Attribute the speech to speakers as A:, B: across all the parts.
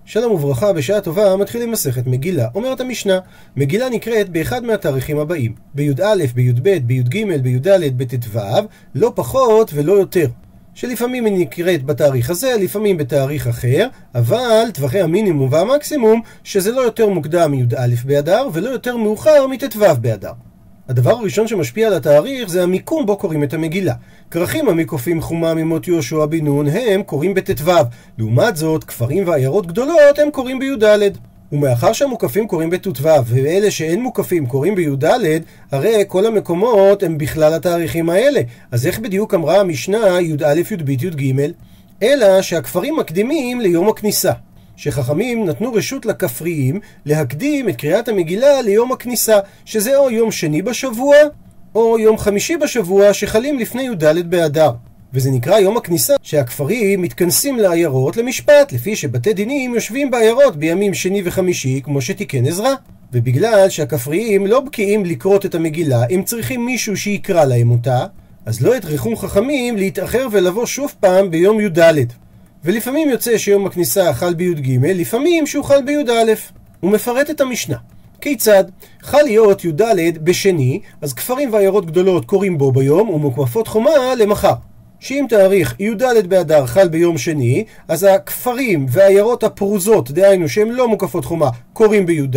A: שלום וברכה, בשעה טובה מתחילים מסכת מגילה. אומרת המשנה, מגילה נקראת באחד מהתאריכים הבאים: בי"א, בי"ב, בי"ג, בי"ד, בט"ו, לא פחות ולא יותר. שלפעמים היא נקראת בתאריך הזה, לפעמים בתאריך אחר, אבל טווחי המינימום והמקסימום שזה לא יותר מוקדם מי"א באדר ולא יותר מאוחר מט"ו באדר. הדבר הראשון שמשפיע על התאריך זה המיקום בו קוראים את המגילה. כרכים המיקופים חומה ממות יהושע בן נון הם קוראים בט"ו, לעומת זאת כפרים ועיירות גדולות הם קוראים בי"ד. ומאחר שהמוקפים קוראים בט"ו ואלה שאין מוקפים קוראים בי"ד, הרי כל המקומות הם בכלל התאריכים האלה. אז איך בדיוק אמרה המשנה י"א, י"ב, י"ג? אלא שהכפרים מקדימים ליום הכניסה, שחכמים נתנו רשות לכפריים להקדים את קריאת המגילה ליום הכניסה, שזה או יום שני בשבוע או יום חמישי בשבוע שחלים לפני י"ד באדר. וזה נקרא יום הכניסה שהכפרים מתכנסים לעיירות למשפט, לפי שבתי דינים יושבים בעיירות בימים שני וחמישי כמו שתיקן עזרא. ובגלל שהכפריים לא בקיאים לקרות את המגילה, הם צריכים מישהו שיקרא להם אותה, אז לא יטרחו חכמים להתאחר ולבוא שוב פעם ביום י"ד. ולפעמים יוצא שיום הכניסה חל בי"ג, לפעמים שהוא חל בי"א. הוא מפרט את המשנה. כיצד? חל להיות י"ד בשני, אז כפרים ועיירות גדולות קוראים בו ביום ומוקפות חומה למחר. שאם תאריך י"ד באדר חל ביום שני, אז הכפרים והעיירות הפרוזות, דהיינו שהן לא מוקפות חומה, קוראים בי"ד,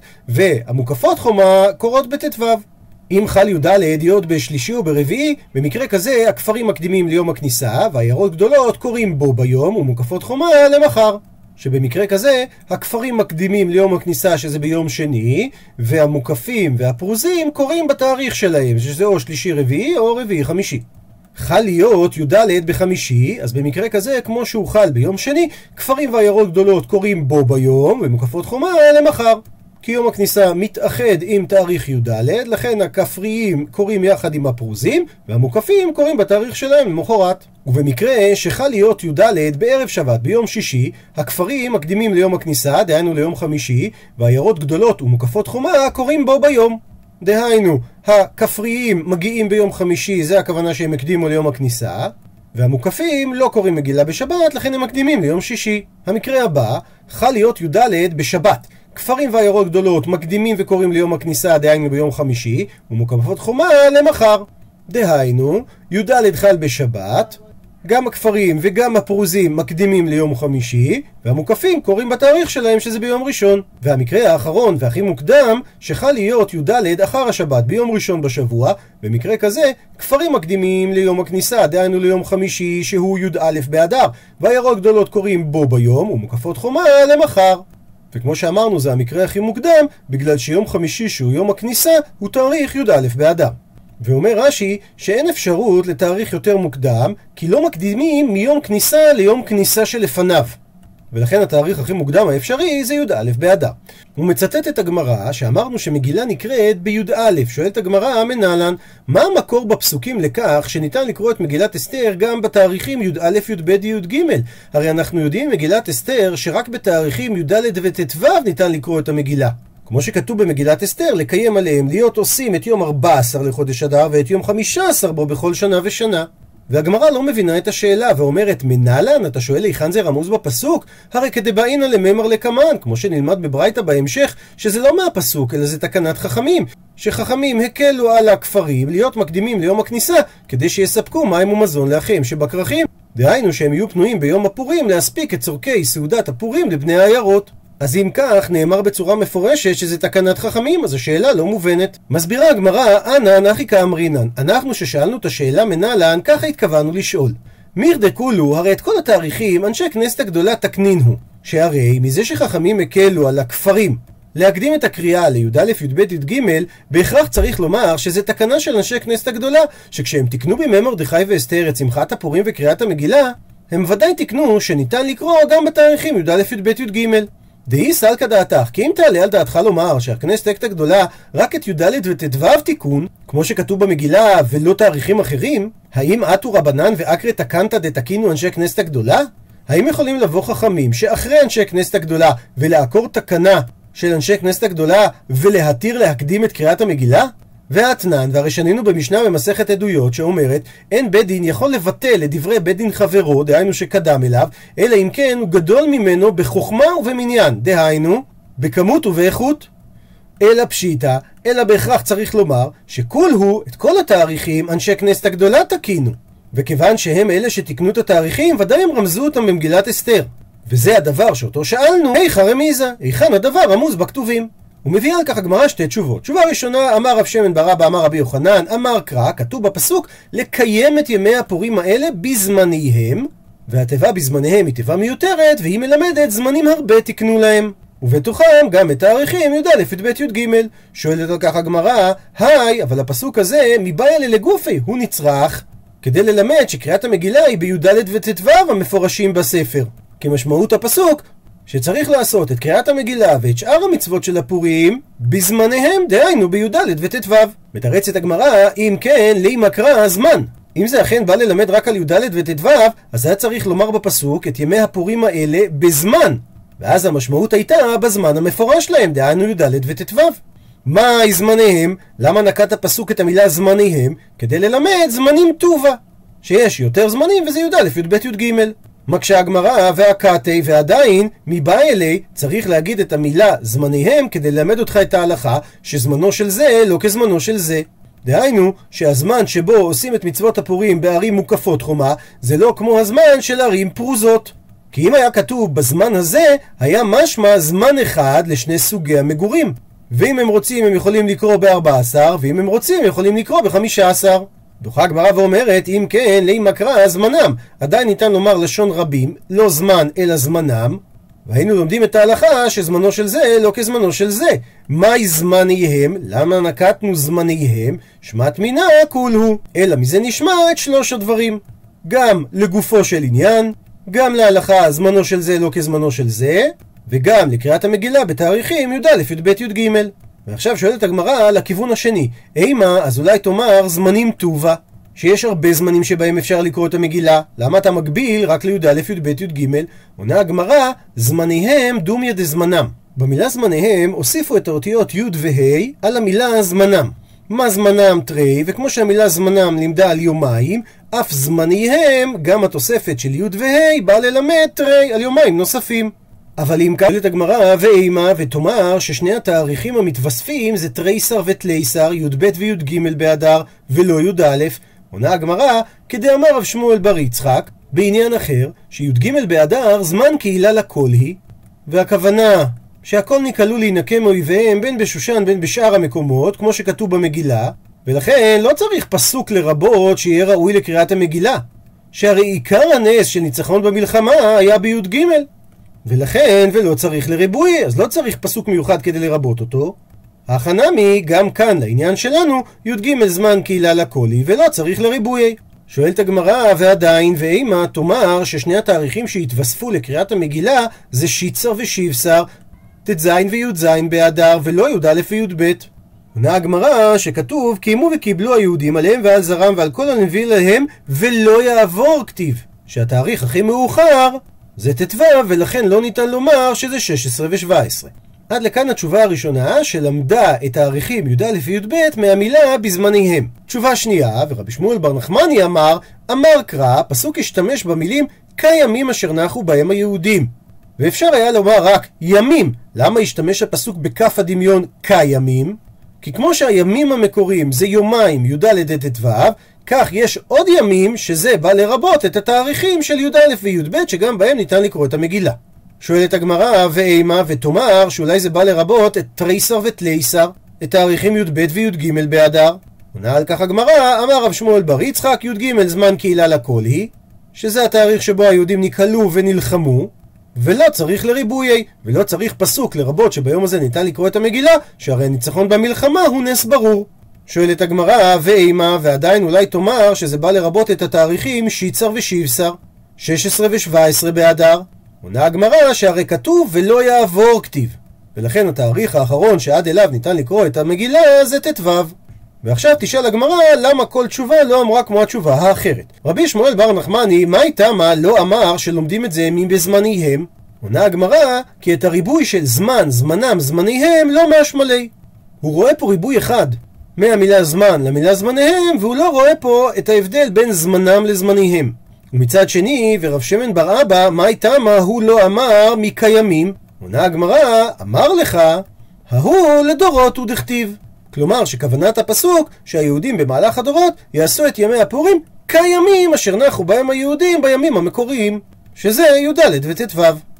A: והמוקפות חומה קורות בט"ו. אם חל י"ד להיות בשלישי או ברביעי, במקרה כזה הכפרים מקדימים ליום הכניסה והעיירות גדולות קוראים בו ביום ומוקפות חומה למחר. שבמקרה כזה הכפרים מקדימים ליום הכניסה שזה ביום שני, והמוקפים והפרוזים קוראים בתאריך שלהם, שזה או שלישי רביעי או רביעי חמישי. חל להיות י"ד בחמישי, אז במקרה כזה כמו שהוא חל ביום שני, כפרים ועיירות גדולות קוראים בו ביום ומוקפות חומה למחר. כי יום הכניסה מתאחד עם תאריך י"ד, לכן הכפריים קוראים יחד עם הפרוזים, והמוקפים קוראים בתאריך שלהם למחרת. ובמקרה שחל להיות י"ד בערב שבת ביום שישי, הכפרים מקדימים ליום הכניסה, דהיינו ליום חמישי, והעיירות גדולות ומוקפות חומה קוראים בו ביום. דהיינו, הכפריים מגיעים ביום חמישי, זה הכוונה שהם הקדימו ליום הכניסה, והמוקפים לא קוראים מגילה בשבת, לכן הם מקדימים ליום שישי. המקרה הבא, חל להיות י"ד בשבת. כפרים ועיירות גדולות מקדימים וקוראים ליום הכניסה, דהיינו ביום חמישי, ומוקפות חומה למחר. דהיינו, י"ד חל בשבת, גם הכפרים וגם הפרוזים מקדימים ליום חמישי, והמוקפים קוראים בתאריך שלהם שזה ביום ראשון. והמקרה האחרון והכי מוקדם, שחל להיות י"ד אחר השבת ביום ראשון בשבוע, במקרה כזה כפרים מקדימים ליום הכניסה, דהיינו ליום חמישי שהוא י"א באדר, והעיירות גדולות קוראים בו ביום ומוקפות חומה למחר. וכמו שאמרנו זה המקרה הכי מוקדם, בגלל שיום חמישי שהוא יום הכניסה הוא תאריך י"א באדר. ואומר רש"י שאין אפשרות לתאריך יותר מוקדם, כי לא מקדימים מיום כניסה ליום כניסה שלפניו. ולכן התאריך הכי מוקדם האפשרי זה י"א באדר. הוא מצטט את הגמרא שאמרנו שמגילה נקראת בי"א. שואלת הגמרא מנהלן, מה המקור בפסוקים לכך שניתן לקרוא את מגילת אסתר גם בתאריכים י"א, י"ב, י"ג? הרי אנחנו יודעים מגילת אסתר שרק בתאריכים י"ד וט"ו ניתן לקרוא את המגילה. כמו שכתוב במגילת אסתר, לקיים עליהם להיות עושים את יום 14 לחודש אדר ואת יום 15 בו בכל שנה ושנה. והגמרא לא מבינה את השאלה ואומרת, מנהלן, אתה שואל היכן זה רמוז בפסוק? הרי כדבעינא לממר לקמן, כמו שנלמד בברייתא בהמשך, שזה לא מהפסוק אלא זה תקנת חכמים, שחכמים הקלו על הכפרים להיות מקדימים ליום הכניסה כדי שיספקו מים ומזון לאחיהם שבכרכים, דהיינו שהם יהיו פנויים ביום הפורים להספיק את צורכי סעודת הפורים לבני העיירות. אז אם כך נאמר בצורה מפורשת שזה תקנת חכמים, אז השאלה לא מובנת. מסבירה הגמרא, אנא נחי כאמרינן, אנחנו ששאלנו את השאלה מנהלן, ככה התכוונו לשאול. מירדי כולו, הרי את כל התאריכים אנשי כנסת הגדולה תקנינו, שהרי מזה שחכמים הקלו על הכפרים להקדים את הקריאה לי"א, י"ב, י"ג, בהכרח צריך לומר שזה תקנה של אנשי כנסת הגדולה, שכשהם תקנו בימי מרדכי ואסתר את שמחת הפורים וקריאת המגילה, הם ודאי תקנו שניתן לקרוא גם בתאריכים י"א, י"ב, י"ג. דהי סלקא דעתך, כי אם תעלה על דעתך לומר שהכנסת הגדולה רק את י"ד וט"ו תיקון, כמו שכתוב במגילה ולא תאריכים אחרים, האם עטו רבנן ואקרא תקנתא דתקינו אנשי כנסת הגדולה? האם יכולים לבוא חכמים שאחרי אנשי כנסת הגדולה ולעקור תקנה של אנשי כנסת הגדולה ולהתיר להקדים את קריאת המגילה? והאתנן, והרי שנינו במשנה במסכת עדויות שאומרת אין בית דין יכול לבטל לדברי בית דין חברו, דהיינו שקדם אליו, אלא אם כן הוא גדול ממנו בחוכמה ובמניין, דהיינו בכמות ובאיכות. אלא פשיטה, אלא בהכרח צריך לומר שכל הוא, את כל התאריכים, אנשי כנסת הגדולה תקינו, וכיוון שהם אלה שתקנו את התאריכים, ודאי הם רמזו אותם במגילת אסתר, וזה הדבר שאותו שאלנו, היכא רמיזה, היכן הדבר רמוז בכתובים. הוא מביא על כך הגמרא שתי תשובות. תשובה ראשונה, אמר רב שמן בר אבא אמר רבי יוחנן, אמר קרא, כתוב בפסוק לקיים את ימי הפורים האלה בזמניהם, והתיבה בזמניהם היא תיבה מיותרת, והיא מלמדת זמנים הרבה תקנו להם, ובתוכם גם את תאריכים י"א י"ב י"ג. שואלת על כך הגמרא, היי, אבל הפסוק הזה מבעיה לגופי, הוא נצרך כדי ללמד שקריאת המגילה היא בי"ד וט"ו המפורשים בספר, כמשמעות הפסוק שצריך לעשות את קריאת המגילה ואת שאר המצוות של הפורים בזמניהם, דהיינו בי"ד וט"ו. מתרצת הגמרא, אם כן, לימה קרא הזמן. אם זה אכן בא ללמד רק על י"ד וט"ו, אז היה צריך לומר בפסוק את ימי הפורים האלה בזמן, ואז המשמעות הייתה בזמן המפורש להם, דהיינו י"ד וט"ו. מהי זמניהם? למה נקט הפסוק את המילה זמניהם? כדי ללמד זמנים טובה, שיש יותר זמנים, וזה י"א י"ב י"ג. מקשה הגמרא, והקאטי, ועדיין מבא אלי צריך להגיד את המילה זמניהם כדי ללמד אותך את ההלכה שזמנו של זה לא כזמנו של זה. דהיינו שהזמן שבו עושים את מצוות הפורים בערים מוקפות חומה זה לא כמו הזמן של ערים פרוזות, כי אם היה כתוב בזמן הזה היה משמע זמן אחד לשני סוגי המגורים, ואם הם רוצים הם יכולים לקרוא ב14, ואם הם רוצים הם יכולים לקרוא ב15. דוחה הגמרא ואומרת, אם כן, לימה קרא זמנם, עדיין ניתן לומר לשון רבים, לא זמן אלא זמנם, והיינו לומדים את ההלכה שזמנו של זה לא כזמנו של זה. מהי זמניהם? למה נקטנו זמניהם? שמת מינה כולהו, אלא מזה נשמע את שלוש הדברים, גם לגופו של עניין, גם להלכה זמנו של זה לא כזמנו של זה, וגם לקריאת המגילה בתאריכים י"א י"ב י"ג. ועכשיו שואלת הגמרא לכיוון השני, אימה, אז אולי תאמר זמנים טובה, שיש הרבה זמנים שבהם אפשר לקרוא את המגילה, למה אתה מגביל רק לי"א י"ב י"ג? עונה הגמרא, זמניהם דומיה דזמנם. במילה זמניהם הוסיפו את האותיות י' וה' על המילה זמנם. מה זמנם תרי, וכמו שהמילה זמנם לימדה על יומיים, אף זמניהם, גם התוספת של י' וה' באה ללמד תרי על יומיים נוספים. אבל אם קלת הגמרא ואימה ותאמר ששני התאריכים המתווספים זה תריסר ותליסר, י"ב וי"ג באדר ולא י"א, עונה הגמרא כדי אמר רב שמואל בר יצחק בעניין אחר, שי"ג באדר זמן קהילה לכל היא, והכוונה שהכל נקלו להינקם מאויביהם בין בשושן בין בשאר המקומות כמו שכתוב במגילה, ולכן לא צריך פסוק לרבות שיהיה ראוי לקריאת המגילה, שהרי עיקר הנס של ניצחון במלחמה היה בי"ג, ולכן ולא צריך לריבוי, אז לא צריך פסוק מיוחד כדי לרבות אותו. החנמי גם כאן לעניין שלנו י"ג זמן קהילה לקולי ולא צריך לריבוי. שואלת הגמרא ועדיין ואימה תאמר ששני התאריכים שהתווספו לקריאת המגילה זה שיצר ושיבשר, ט"ז וי"ז באדר ולא י"א וי"ב. עונה הגמרא שכתוב קיימו וקיבלו היהודים עליהם ועל זרם ועל כל הנביא להם ולא יעבור כתיב, שהתאריך הכי מאוחר זה ט"ו, ולכן לא ניתן לומר שזה 16 ו-17. עד לכאן התשובה הראשונה שלמדה את תאריכים י"א וי"ב מהמילה בזמניהם. תשובה שנייה, ורבי שמואל בר נחמני אמר קרא, פסוק השתמש במילים כימים אשר נחו בהם היהודים, ואפשר היה לומר רק ימים. למה השתמש הפסוק בכף הדמיון כימים? כי כמו שהימים המקוריים זה יומיים י"ד ט"ו, כך יש עוד ימים שזה בא לרבות את התאריכים של י"א וי"ב שגם בהם ניתן לקרוא את המגילה. שואלת הגמרא ואימה ותאמר שאולי זה בא לרבות את תריסר ותליסר, את תאריכים י"ב וי"ג באדר. עונה על כך הגמרא, אמר רב שמואל בר יצחק י"ג זמן קהילה לכל היא, שזה התאריך שבו היהודים נקהלו ונלחמו, ולא צריך לריבוי, ולא צריך פסוק לרבות שביום הזה ניתן לקרוא את המגילה, שהרי הניצחון במלחמה הוא נס ברור. שואלת הגמרא ואימה ועדיין אולי תאמר שזה בא לרבות את התאריכים שיצר ושיבשר, 16 ו-17 באדר. עונה הגמרא שהרי כתוב ולא יעבור כתיב, ולכן התאריך האחרון שעד אליו ניתן לקרוא את המגילה זה ט"ו. ועכשיו תשאל הגמרא למה כל תשובה לא אמרה כמו התשובה האחרת. רבי שמואל בר נחמני מה איתמה לא אמר שלומדים את זה מבזמניהם? עונה הגמרא כי את הריבוי של זמן, זמנם, זמניהם לא משמע לי. הוא רואה פה ריבוי אחד, מהמילה זמן למילה זמניהם, והוא לא רואה פה את ההבדל בין זמנם לזמניהם. ומצד שני, ורב שמן בר אבא, מה הייתה מה הוא לא אמר מקיימים? עונה הגמרא, אמר לך, ההוא לדורות הוא דכתיב. כלומר שכוונת הפסוק שהיהודים במהלך הדורות יעשו את ימי הפורים כימים אשר נחו בהם היהודים בימים המקוריים, שזה י"ד וט"ו.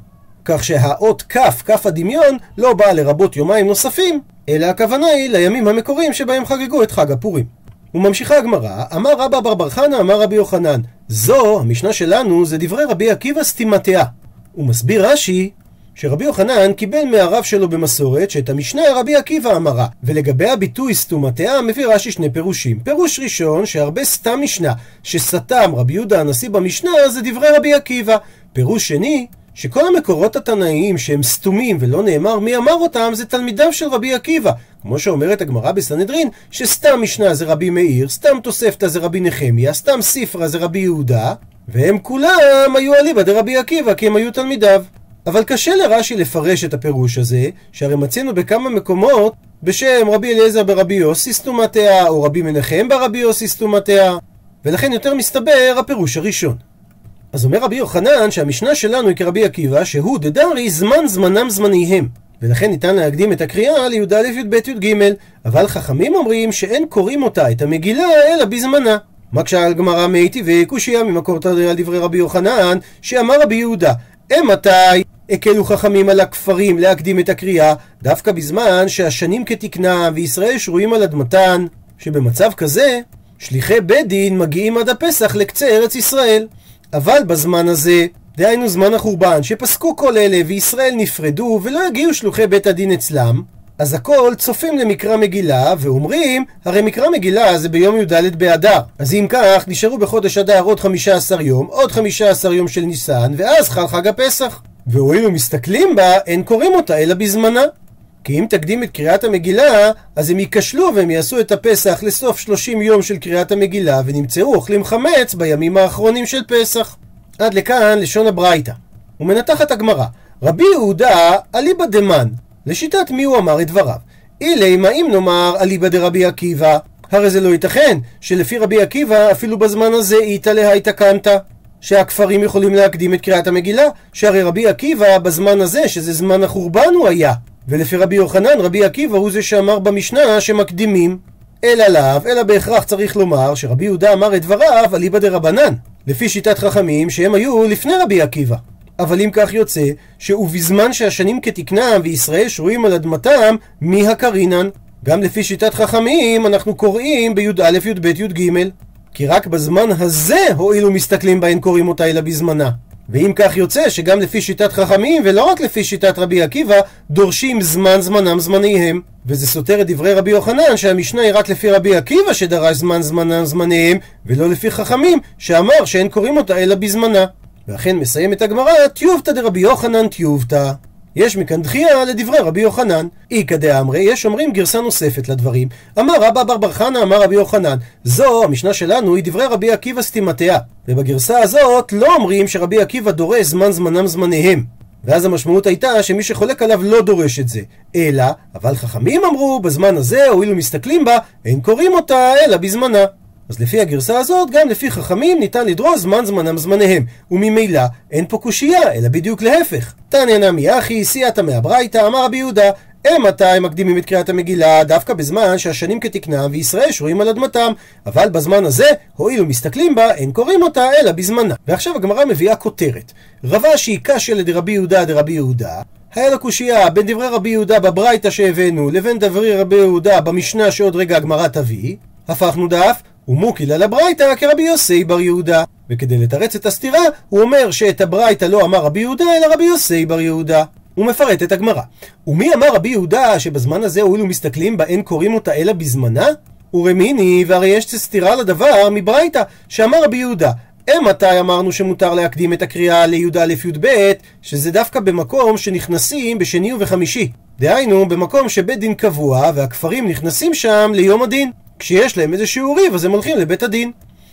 A: כך שהאות כף הדמיון לא באה לרבות יומיים נוספים, אלא הכוונה היא לימים המקוריים שבהם חגגו את חג הפורים. וממשיכה הגמרא, אמר רבא בר בר חנא אמר רבי יוחנן, זו המשנה שלנו זה דברי רבי עקיבא סתימתיה. הוא מסביר רש"י שרבי יוחנן קיבל מהרב שלו במסורת שאת המשנה רבי עקיבא אמרה, ולגבי הביטוי סתומתיה מביא רש"י שני פירושים. פירוש ראשון שהרבה סתם משנה שסתם רבי יהודה הנשיא במשנה זה דברי רבי עקיבא. פירוש שני שכל המקורות התנאיים שהם סתומים ולא נאמר מי אמר אותם זה תלמידיו של רבי עקיבא, כמו שאומרת הגמרא בסנהדרין שסתם משנה זה רבי מאיר, סתם תוספתא זה רבי נחמיה, סתם ספרא זה רבי יהודה, והם כולם היו אליבא דרבי עקיבא כי הם היו תלמידיו. אבל קשה לרש"י לפרש את הפירוש הזה, שהרי מצינו בכמה מקומות בשם רבי אליעזר ברבי יוסי סתומתיה או רבי מנחם ברבי יוסי סתומתיה, ולכן יותר מסתבר הפירוש הראשון. אז אומר רבי יוחנן שהמשנה שלנו היא כרבי עקיבא שהוא דדרי זמן זמנם זמניהם, ולכן ניתן להקדים את הקריאה לי"א י"ב י"ג, אבל חכמים אומרים שאין קוראים אותה את המגילה אלא בזמנה. מקשה הגמרא מאיתי וקושיה ממקור תרדיה על דברי רבי יוחנן שאמר רבי יהודה, מתי הקלו חכמים על הכפרים להקדים את הקריאה דווקא בזמן שהשנים כתקנם וישראל שרויים על אדמתן, שבמצב כזה שליחי בית דין מגיעים עד הפסח לקצה ארץ ישראל. אבל בזמן הזה, דהיינו זמן החורבן, שפסקו כל אלה וישראל נפרדו ולא הגיעו שלוחי בית הדין אצלם, אז הכל צופים למקרא מגילה ואומרים, הרי מקרא מגילה זה ביום י"ד באדר, אז אם כך נשארו בחודש אדר עוד 15 יום, עוד 15 יום של ניסן, ואז חל חג הפסח. והואילו מסתכלים בה, אין קוראים אותה אלא בזמנה. כי אם תקדים את קריאת המגילה, אז הם ייכשלו והם יעשו את הפסח לסוף 30 יום של קריאת המגילה, ונמצאו אוכלים חמץ בימים האחרונים של פסח. עד לכאן לשון הברייתא. ומנתחת הגמרא, רבי יהודה אליבא דמן, לשיטת מי הוא אמר את דבריו? אילי מה אם נאמר אליבא דרבי עקיבא, הרי זה לא ייתכן שלפי רבי עקיבא אפילו בזמן הזה איתא להייתא קנתא, שהכפרים יכולים להקדים את קריאת המגילה, שהרי רבי עקיבא בזמן הזה שזה זמן החורבן הוא היה, ולפי רבי יוחנן רבי עקיבא הוא זה שאמר במשנה שמקדימים. אלא לאו, אלא בהכרח צריך לומר שרבי יהודה אמר את דבריו אליבא דרבנן, לפי שיטת חכמים שהם היו לפני רבי עקיבא. אבל אם כך יוצא שבזמן שהשנים כתקנם וישראל שרויים על אדמתם מי הקרינן, גם לפי שיטת חכמים אנחנו קוראים בי"א י"ב י"ג, כי רק בזמן הזה הואילו מסתכלים בהן קוראים אותה אלא בזמנה. ואם כך יוצא שגם לפי שיטת חכמים ולא רק לפי שיטת רבי עקיבא דורשים זמן זמנם זמניהם, וזה סותר את דברי רבי יוחנן שהמשנה היא רק לפי רבי עקיבא שדרש זמן זמנם זמניהם, ולא לפי חכמים שאמר שאין קוראים אותה אלא בזמנה. ואכן מסיים את הגמרא, תיובתא דרבי יוחנן תיובתא. יש מכאן דחייה לדברי רבי יוחנן. איכא דאמרי, יש אומרים גרסה נוספת לדברים. אמר רבא בר בר חנא אמר רבי יוחנן, זו המשנה שלנו היא דברי רבי עקיבא סתימתיה, ובגרסה הזאת לא אומרים שרבי עקיבא דורש זמן זמנם זמניהם, ואז המשמעות הייתה שמי שחולק עליו לא דורש את זה, אלא אבל חכמים אמרו בזמן הזה הואילו מסתכלים בה אין קוראים אותה אלא בזמנה. אז לפי הגרסה הזאת גם לפי חכמים ניתן לדרוש זמן זמנם זמניהם, וממילא אין פה קושייה אלא בדיוק להפך. תניא נמי אחי סייעתא מהברייתא אמר רבי יהודה, מתי מקדימים את קריאת המגילה דווקא בזמן שהשנים כתקנם וישראל שרויים על אדמתם, אבל בזמן הזה הואילו מסתכלים בה אין קוראים אותה אלא בזמנה. ועכשיו הגמרא מביאה כותרת, רבה שהיא קשיא לדרבי יהודה דרבי יהודה, היה לה קושייה בין דברי רבי יהודה בברייתא שהבאנו לבין דברי רבי יהודה במשנה שעוד רגע הגמרא תביא, הפכנו דף ומוקיל על הברייתא כרבי יוסי בר יהודה, וכדי לתרץ את הסתירה הוא אומר שאת הברייתא לא אמר רבי יהודה אלא רבי יוסי בר יהודה. הוא מפרט את הגמרא, ומי אמר רבי יהודה שבזמן הזה הואילו מסתכלים בה אין קוראים אותה אלא בזמנה? ורמיני, והרי יש סתירה לדבר מברייתא שאמר רבי יהודה, מתי אמרנו שמותר להקדים את הקריאה לי"א י"ב, שזה דווקא במקום שנכנסים בשני ובחמישי, דהיינו במקום שבית דין קבוע והכפרים נכנסים שם ליום הדין, כשיש להם איזשהו ריב אז הם הולכים לבית הדין.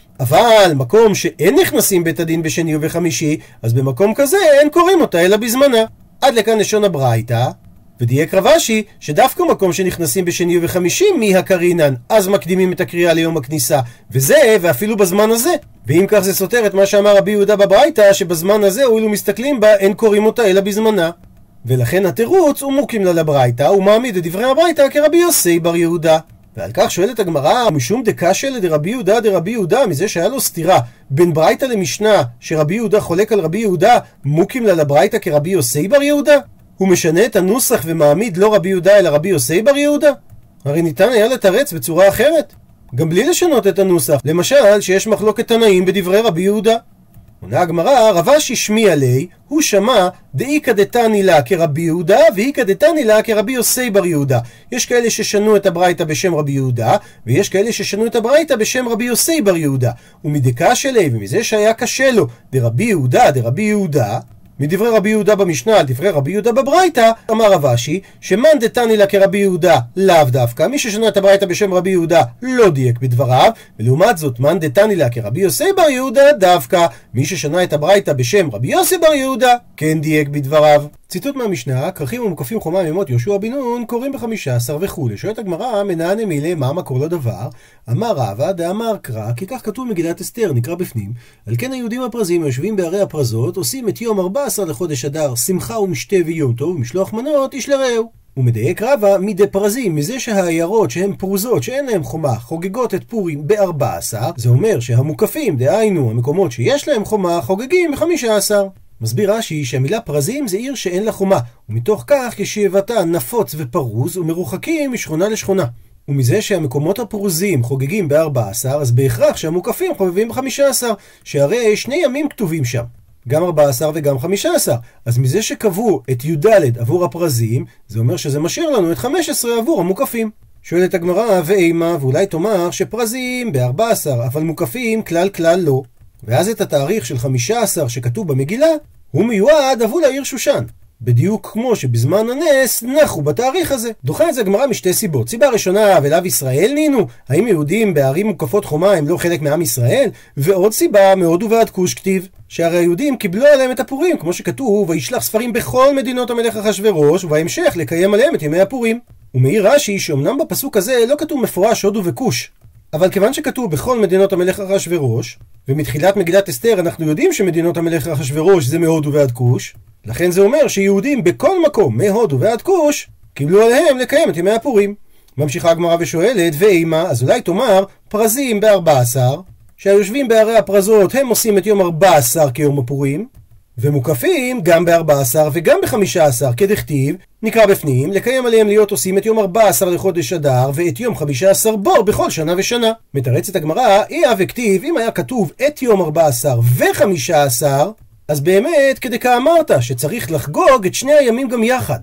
A: אבל מקום שאין נכנסים בית הדין בשני ובחמישי, אז במקום כזה אין קוראים אותה אלא בזמנה. עד לכאן לשון הברייתא, ודייק רב אשי שדווקא מקום שנכנסים בשני וחמישי מהקרינן, אז מקדימים את הקריאה ליום הכניסה, וזה ואפילו בזמן הזה. ואם כך זה סותר את מה שאמר רבי יהודה בברייתא, שבזמן הזה הואילו מסתכלים בה אין קוראים אותה אלא בזמנה. ולכן התירוץ הוא מוקים לה לברייתא, הוא מעמיד את דברי הברייתא כרבי יוסי בר יהודה. ועל כך שואלת הגמרא, משום דקשיא לדרבי יהודה דרבי יהודה, מזה שהיה לו סתירה בין ברייתא למשנה שרבי יהודה חולק על רבי יהודה, מוקים לה לברייתא כרבי יוסי בר יהודה? הוא משנה את הנוסח ומעמיד לא רבי יהודה אלא רבי יוסי בר יהודה? הרי ניתן היה לתרץ בצורה אחרת, גם בלי לשנות את הנוסח, למשל שיש מחלוקת תנאים בדברי רבי יהודה. עונה הגמרא, רב אשי שמיע ליה, הוא שמע דאיכא דתני לה כרבי יהודה ואיכא דתני לה כרבי יוסי בר יהודה. יש כאלה ששנו את הברייתא בשם רבי יהודה, ויש כאלה ששנו את הברייתא בשם רבי יוסי בר יהודה. ומדקשיא ליה, ומזה שהיה קשה לו דרבי יהודה מדברי רבי יהודה במשנה על דברי רבי יהודה בברייתא, אמר רב אשי שמאן דתני לה כרבי יהודה לאו דווקא, מי ששנה את הברייתא בשם רבי יהודה לא דייק בדבריו, ולעומת זאת מאן דתני לה כרבי יוסי בר יהודה דווקא, מי ששנה את הברייתא בשם רבי יוסי בר יהודה כן דייק בדבריו. ציטוט מהמשנה, כרכים ומוקפים חומה מימות יהושע בן נון קוראים ב15 וכו'. שואלת הגמרא, מנענה מילי מה המקור לדבר? אמר רבא דאמר קרא, כי כך כתוב מגילת אסתר, נקרא בפנים. על כן היהודים הפרזים יושבים בערי הפרזות, עושים את יום 14 לחודש אדר שמחה ומשתה ויום טוב, ומשלוח מנות איש לרעהו. ומדייק רבא מדי פרזים, מזה שהעיירות שהן פרוזות שאין להם חומה חוגגות את פורים ב14, זה אומר שהמוקפים, דהיינו המקומות שיש להם חומה, חוגגים ב15. מסביר רש"י שהמילה פרזים זה עיר שאין לה חומה, ומתוך כך ישיבתה נפוץ ופרוז ומרוחקים משכונה לשכונה. ומזה שהמקומות הפרוזים חוגגים ב14, אז בהכרח שהמוקפים חובבים ב15, שהרי שני ימים כתובים שם, גם 14 וגם 15. אז מזה שקבעו את י"ד עבור הפרזים, זה אומר שזה משאיר לנו את 15 עבור המוקפים. שואלת הגמרא, ואימה, ואולי תאמר שפרזים ב14 אבל מוקפים כלל לא, ואז את התאריך של 15 שכתוב במגילה הוא מיועד עבור לעיר שושן, בדיוק כמו שבזמן הנס נחו בתאריך הזה. דוחה את זה הגמרא משתי סיבות. סיבה ראשונה, ולאו ישראל נינו, האם יהודים בערים מוקפות חומה הם לא חלק מעם ישראל? ועוד סיבה, מהודו ועד כוש כתיב שהרי היהודים קיבלו עליהם את הפורים, כמו שכתוב וישלח ספרים בכל מדינות המלך אחשוורוש, ובהמשך לקיים עליהם את ימי הפורים. ומעיר רש"י שאומנם בפסוק הזה לא כתוב מפורש הודו וכוש, אבל כיוון שכתוב בכל מדינות המלך אחשוורוש, ומתחילת מגילת אסתר אנחנו יודעים שמדינות המלך אחשוורוש זה מהודו ועד כוש, לכן זה אומר שיהודים בכל מקום מהודו ועד כוש קיבלו עליהם לקיים את ימי הפורים. ממשיכה הגמרא ושואלת, ואימה, אז אולי תאמר פרזים ב14, שהיושבים בערי הפרזות הם עושים את יום 14 כיום הפורים, ומוקפים גם ב14 וגם ב15 כדכתיב, נקרא בפנים, לקיים עליהם להיות עושים את יום 14 לחודש אדר ואת יום 15 בו בכל שנה ושנה. מתרצת הגמרא, איה וכתיב, אם היה כתוב את יום 14 ו15, אז באמת כדכאמרת שצריך לחגוג את שני הימים גם יחד.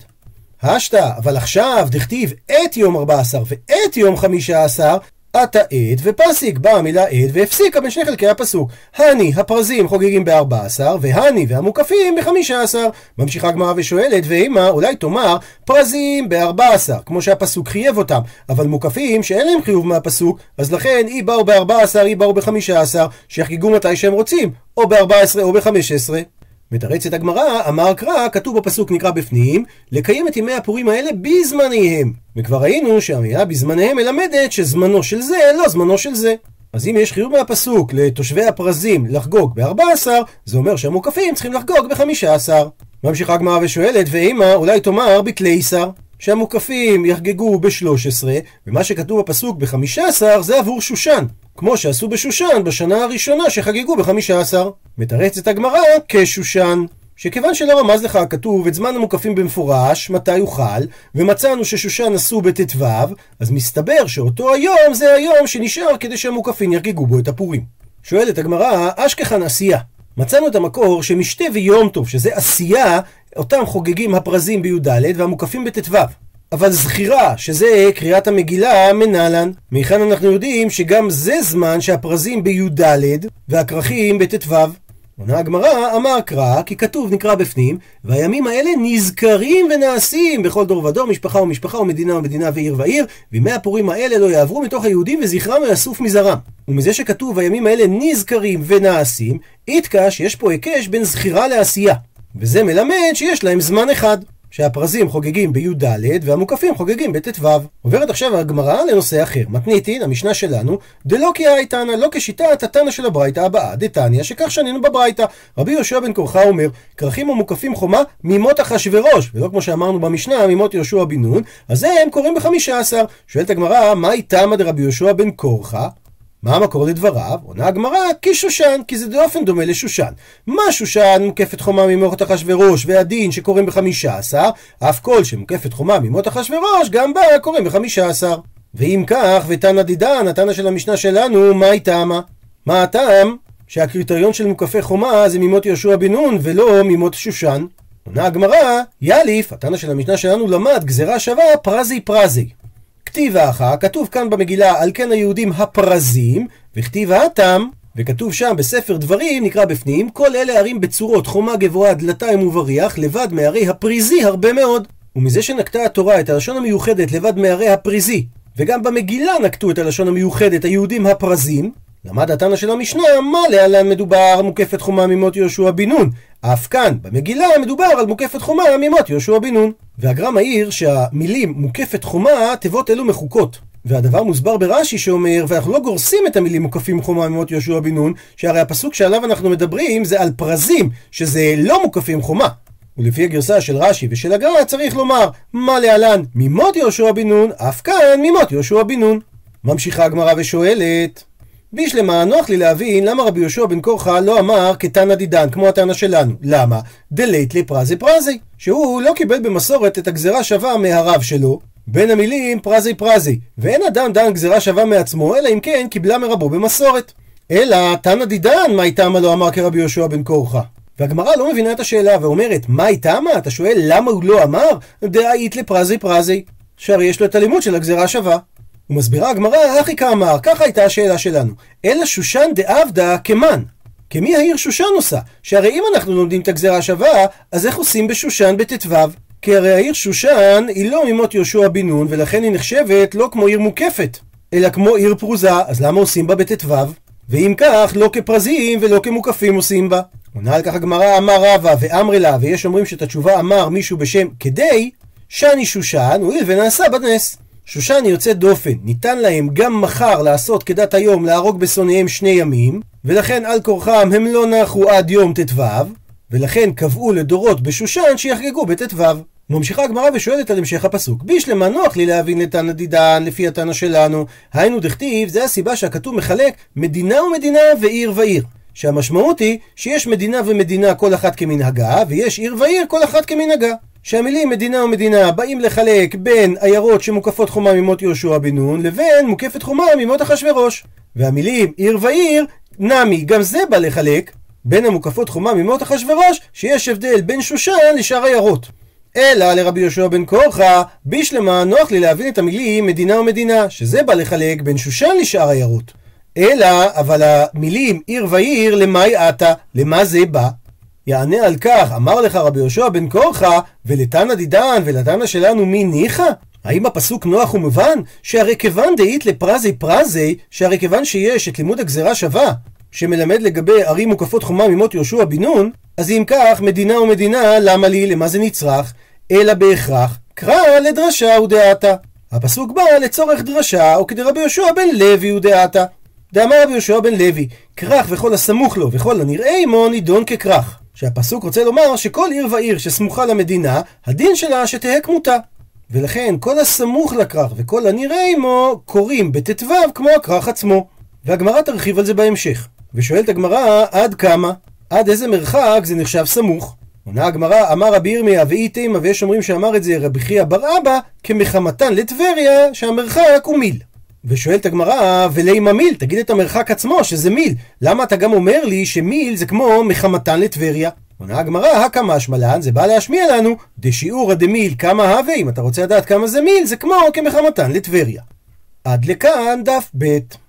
A: השתא, אבל עכשיו דכתיב את יום 14 ואת יום 15, אתה עד ופסיק, באה המילה עד והפסיקה בין שני חלקי הפסוק. הני הפרזים חוגגים ב14 והני והמוקפים ב15. ממשיכה הגמרא ושואלת, ואימה, אולי תאמר פרזים ב14 כמו שהפסוק חייב אותם, אבל מוקפים שאין להם חיוב מהפסוק, אז לכן אי באו ב14 אי באו ב15, שיחגגו מתי שהם רוצים, או ב14 או ב15. מתרצת הגמרא, אמר קרא, כתוב בפסוק נקרא בפנים, לקיים את ימי הפורים האלה בזמניהם. וכבר ראינו שהמילה בזמניהם מלמדת שזמנו של זה לא זמנו של זה. אז אם יש חיוב מהפסוק לתושבי הפרזים לחגוג ב14, זה אומר שהמוקפים צריכים לחגוג ב15. ממשיכה הגמרא ושואלת, ואימה, אולי תאמר בתלייסר, שהמוקפים יחגגו ב13, ומה שכתוב בפסוק ב15 זה עבור שושן, כמו שעשו בשושן בשנה הראשונה שחגגו ב15. מתרצת הגמרא כשושן, שכיוון שלא רמז לך הכתוב את זמן המוקפים במפורש מתי הוא חל, ומצאנו ששושן עשו בט"ו, אז מסתבר שאותו היום זה היום שנשאר כדי שהמוקפים יחגגו בו את הפורים. שואלת הגמרא, אשכחן עשייה, מצאנו את המקור שמשתה ויום טוב, שזה עשייה, אותם חוגגים הפרזים בי"ד והמוקפים בט"ו, אבל זכירה, שזה קריאת המגילה מנהלן. מכאן אנחנו יודעים שגם זה זמן שהפרזים בי"ד והכרכים בט"ו. עונה הגמרא, אמר קרא, כי כתוב נקרא בפנים, והימים האלה נזכרים ונעשים בכל דור ודור, משפחה ומשפחה ומדינה ומדינה ועיר ועיר, וימי הפורים האלה לא יעברו מתוך היהודים וזכרם לא יסוף מזרם. ומזה שכתוב הימים האלה נזכרים ונעשים, איתקה שיש פה היקש בין זכירה לעשייה, וזה מלמד שיש להם זמן אחד. שהפרזים חוגגים בי"ד והמוקפים חוגגים בט"ו. עוברת עכשיו הגמרא לנושא אחר. מתניתין, המשנה שלנו, דלא כי הייתנא, לא כשיטת התנא של הברייתא הבאה, דתניא, שכך שנינו בברייתא. רבי יהושע בן קורחה אומר, כרכים המוקפים חומה ממות אחשוורוש, ולא כמו שאמרנו במשנה, ממות יהושע בן נון, אז הם קוראים ב15. שואלת הגמרא, מהי תמא דרבי יהושע בן קורחה? מה המקור לדבריו? עונה הגמרא, כי שושן, כי זה באופן דומה לשושן. מה שושן מוקפת חומה ממות אחשוורוש, והדין שקוראים ב15, אף כל שמוקפת חומה ממות אחשוורוש, גם בה קוראים ב15. ואם כך, ותנא דידן, התנא של המשנה שלנו, מהי תמא? מה הטעם? שהקריטריון של מוקפי חומה זה ממות יהושע בן נון ולא ממות שושן. עונה הגמרא, יאליף, התנא של המשנה שלנו למד גזרה שווה פרזי פרזי. כתיב האחר, כתוב כאן במגילה על כן היהודים הפרזים, וכתיב האתם, וכתוב שם בספר דברים, נקרא בפנים, כל אלה ערים בצורות חומה גבוהה דלתיים ובריח, לבד מהרי הפריזי הרבה מאוד. ומזה שנקטה התורה את הלשון המיוחדת לבד מהרי הפריזי, וגם במגילה נקטו את הלשון המיוחדת היהודים הפרזים, למד התנא של המשנה מה להלן מדובר מוקפת חומה ממות יהושע בן נון. אף כאן במגילה מדובר על מוקפת חומה ממות יהושע בן נון. והגר"א מעיר שהמילים מוקפת חומה, תיבות אלו מחוקות. והדבר מוסבר ברש"י שאומר, ואנחנו לא גורסים את המילים מוקפים חומה ממות יהושע בן נון, שהרי הפסוק שעליו אנחנו מדברים זה על פרזים, שזה לא מוקפים חומה. ולפי הגרסה של רש"י ושל הגר"א צריך לומר מה להלן ממות יהושע בן נון, אף כאן ממות יהושע בן נון. ממשיכה הגמרא ושואלת, בישלמה נוח לי להבין למה רבי יהושע בן קורחה לא אמר כתנא דידן כמו התנא שלנו. למה? דלית לפרזי פרזי, שהוא לא קיבל במסורת את הגזרה שווה מהרב שלו בין המילים פרזי פרזי, ואין אדם דן גזרה שווה מעצמו אלא אם כן קיבלה מרבו במסורת. אלא תנא דידן מה תמא לא אמר כרבי יהושע בן קורחה. והגמרא לא מבינה את השאלה ואומרת מה תמא? אתה שואל למה הוא לא אמר דאית לפרזי פרזי, שהרי יש לו את הלימוד של הגזרה שווה. ומסבירה הגמרא, הכי כאמר, ככה הייתה השאלה שלנו, אלא שושן דעבדה כמן. כמי העיר שושן עושה? שהרי אם אנחנו לומדים את הגזרה שווה, אז איך עושים בשושן בט"ו? כי הרי העיר שושן היא לא ממות יהושע בן נון, ולכן היא נחשבת לא כמו עיר מוקפת, אלא כמו עיר פרוזה, אז למה עושים בה בט"ו? ואם כך, לא כפרזים ולא כמוקפים עושים בה. עונה על כך הגמרא, אמר רבא ואמרי לה, ויש אומרים שאת התשובה אמר מישהו בשם כדי, שני שושן, הואיל ונעשה בנס. שושן יוצאת דופן, ניתן להם גם מחר לעשות כדת היום להרוג בשונאיהם 2 ימים, ולכן על כורחם הם לא נחו עד יום ט"ו, ולכן קבעו לדורות בשושן שיחגגו בט"ו. ממשיכה הגמרא ושואלת על המשך הפסוק, בישלמה נוח לי להבין לתנא דידן לפי התנא שלנו, היינו דכתיב, זה הסיבה שהכתוב מחלק מדינה ומדינה ועיר ועיר, שהמשמעות היא שיש מדינה ומדינה כל אחת כמנהגה, ויש עיר ועיר כל אחת כמנהגה. שהמילים מדינה ומדינה באים לחלק בין עיירות שמוקפות חומה ממות יהושע בן נון לבין מוקפת חומה ממות אחשוורוש, והמילים עיר ועיר נמי גם זה בא לחלק בין המוקפות חומה ממות אחשוורוש, שיש הבדל בין שושן לשאר עיירות. אלא לרבי יהושע בן קורחה בישלמה נוח לי להבין את המילים מדינה ומדינה, שזה בא לחלק בין שושן לשאר עיירות. אלא אבל המילים עיר ועיר למאי עתה, למה זה בא? יענה על כך, אמר לך רבי יהושע בן קורחה, ולתנא דידן ולתנא שלנו מי ניחא? האם הפסוק נוח ומובן? שהרי כיוון דאית לפרזי פרזי, שהרי כיוון שיש את לימוד הגזרה שווה, שמלמד לגבי ערים מוקפות חומה ממות יהושע בן נון, אז אם כך מדינה ומדינה, למה לי, למה זה נצרך? אלא בהכרח, קרא לדרשה ודעתה. הפסוק בא לצורך דרשה, או כדי רבי יהושע בן לוי ודעתה. דאמר רבי יהושע בן לוי, כרך וכל הסמוך לו וכל הנראה עמו נידון ככרך. שהפסוק רוצה לומר שכל עיר ועיר שסמוכה למדינה, הדין שלה שתהא כמותה. ולכן כל הסמוך לכרך וכל הנראה עמו קוראים בט"ו כמו הכרך עצמו. והגמרא תרחיב על זה בהמשך. ושואלת הגמרא עד כמה? עד איזה מרחק זה נחשב סמוך? עונה הגמרא, אמר רבי ירמיה ואי תימא, ויש אומרים שאמר את זה רבי חייא בר אבא כמחמתן לטבריה שהמרחק הוא מיל. ושואלת הגמרא, ולימה מיל, תגיד את המרחק עצמו שזה מיל, למה אתה גם אומר לי שמיל זה כמו מחמתן לטבריה? עונה הגמרא, הקמשמע לן, זה בא להשמיע לנו דשיעורא דמיל כמה הווה, אם אתה רוצה לדעת כמה זה מיל, זה כמו כמחמתן לטבריה. עד לכאן דף ב'.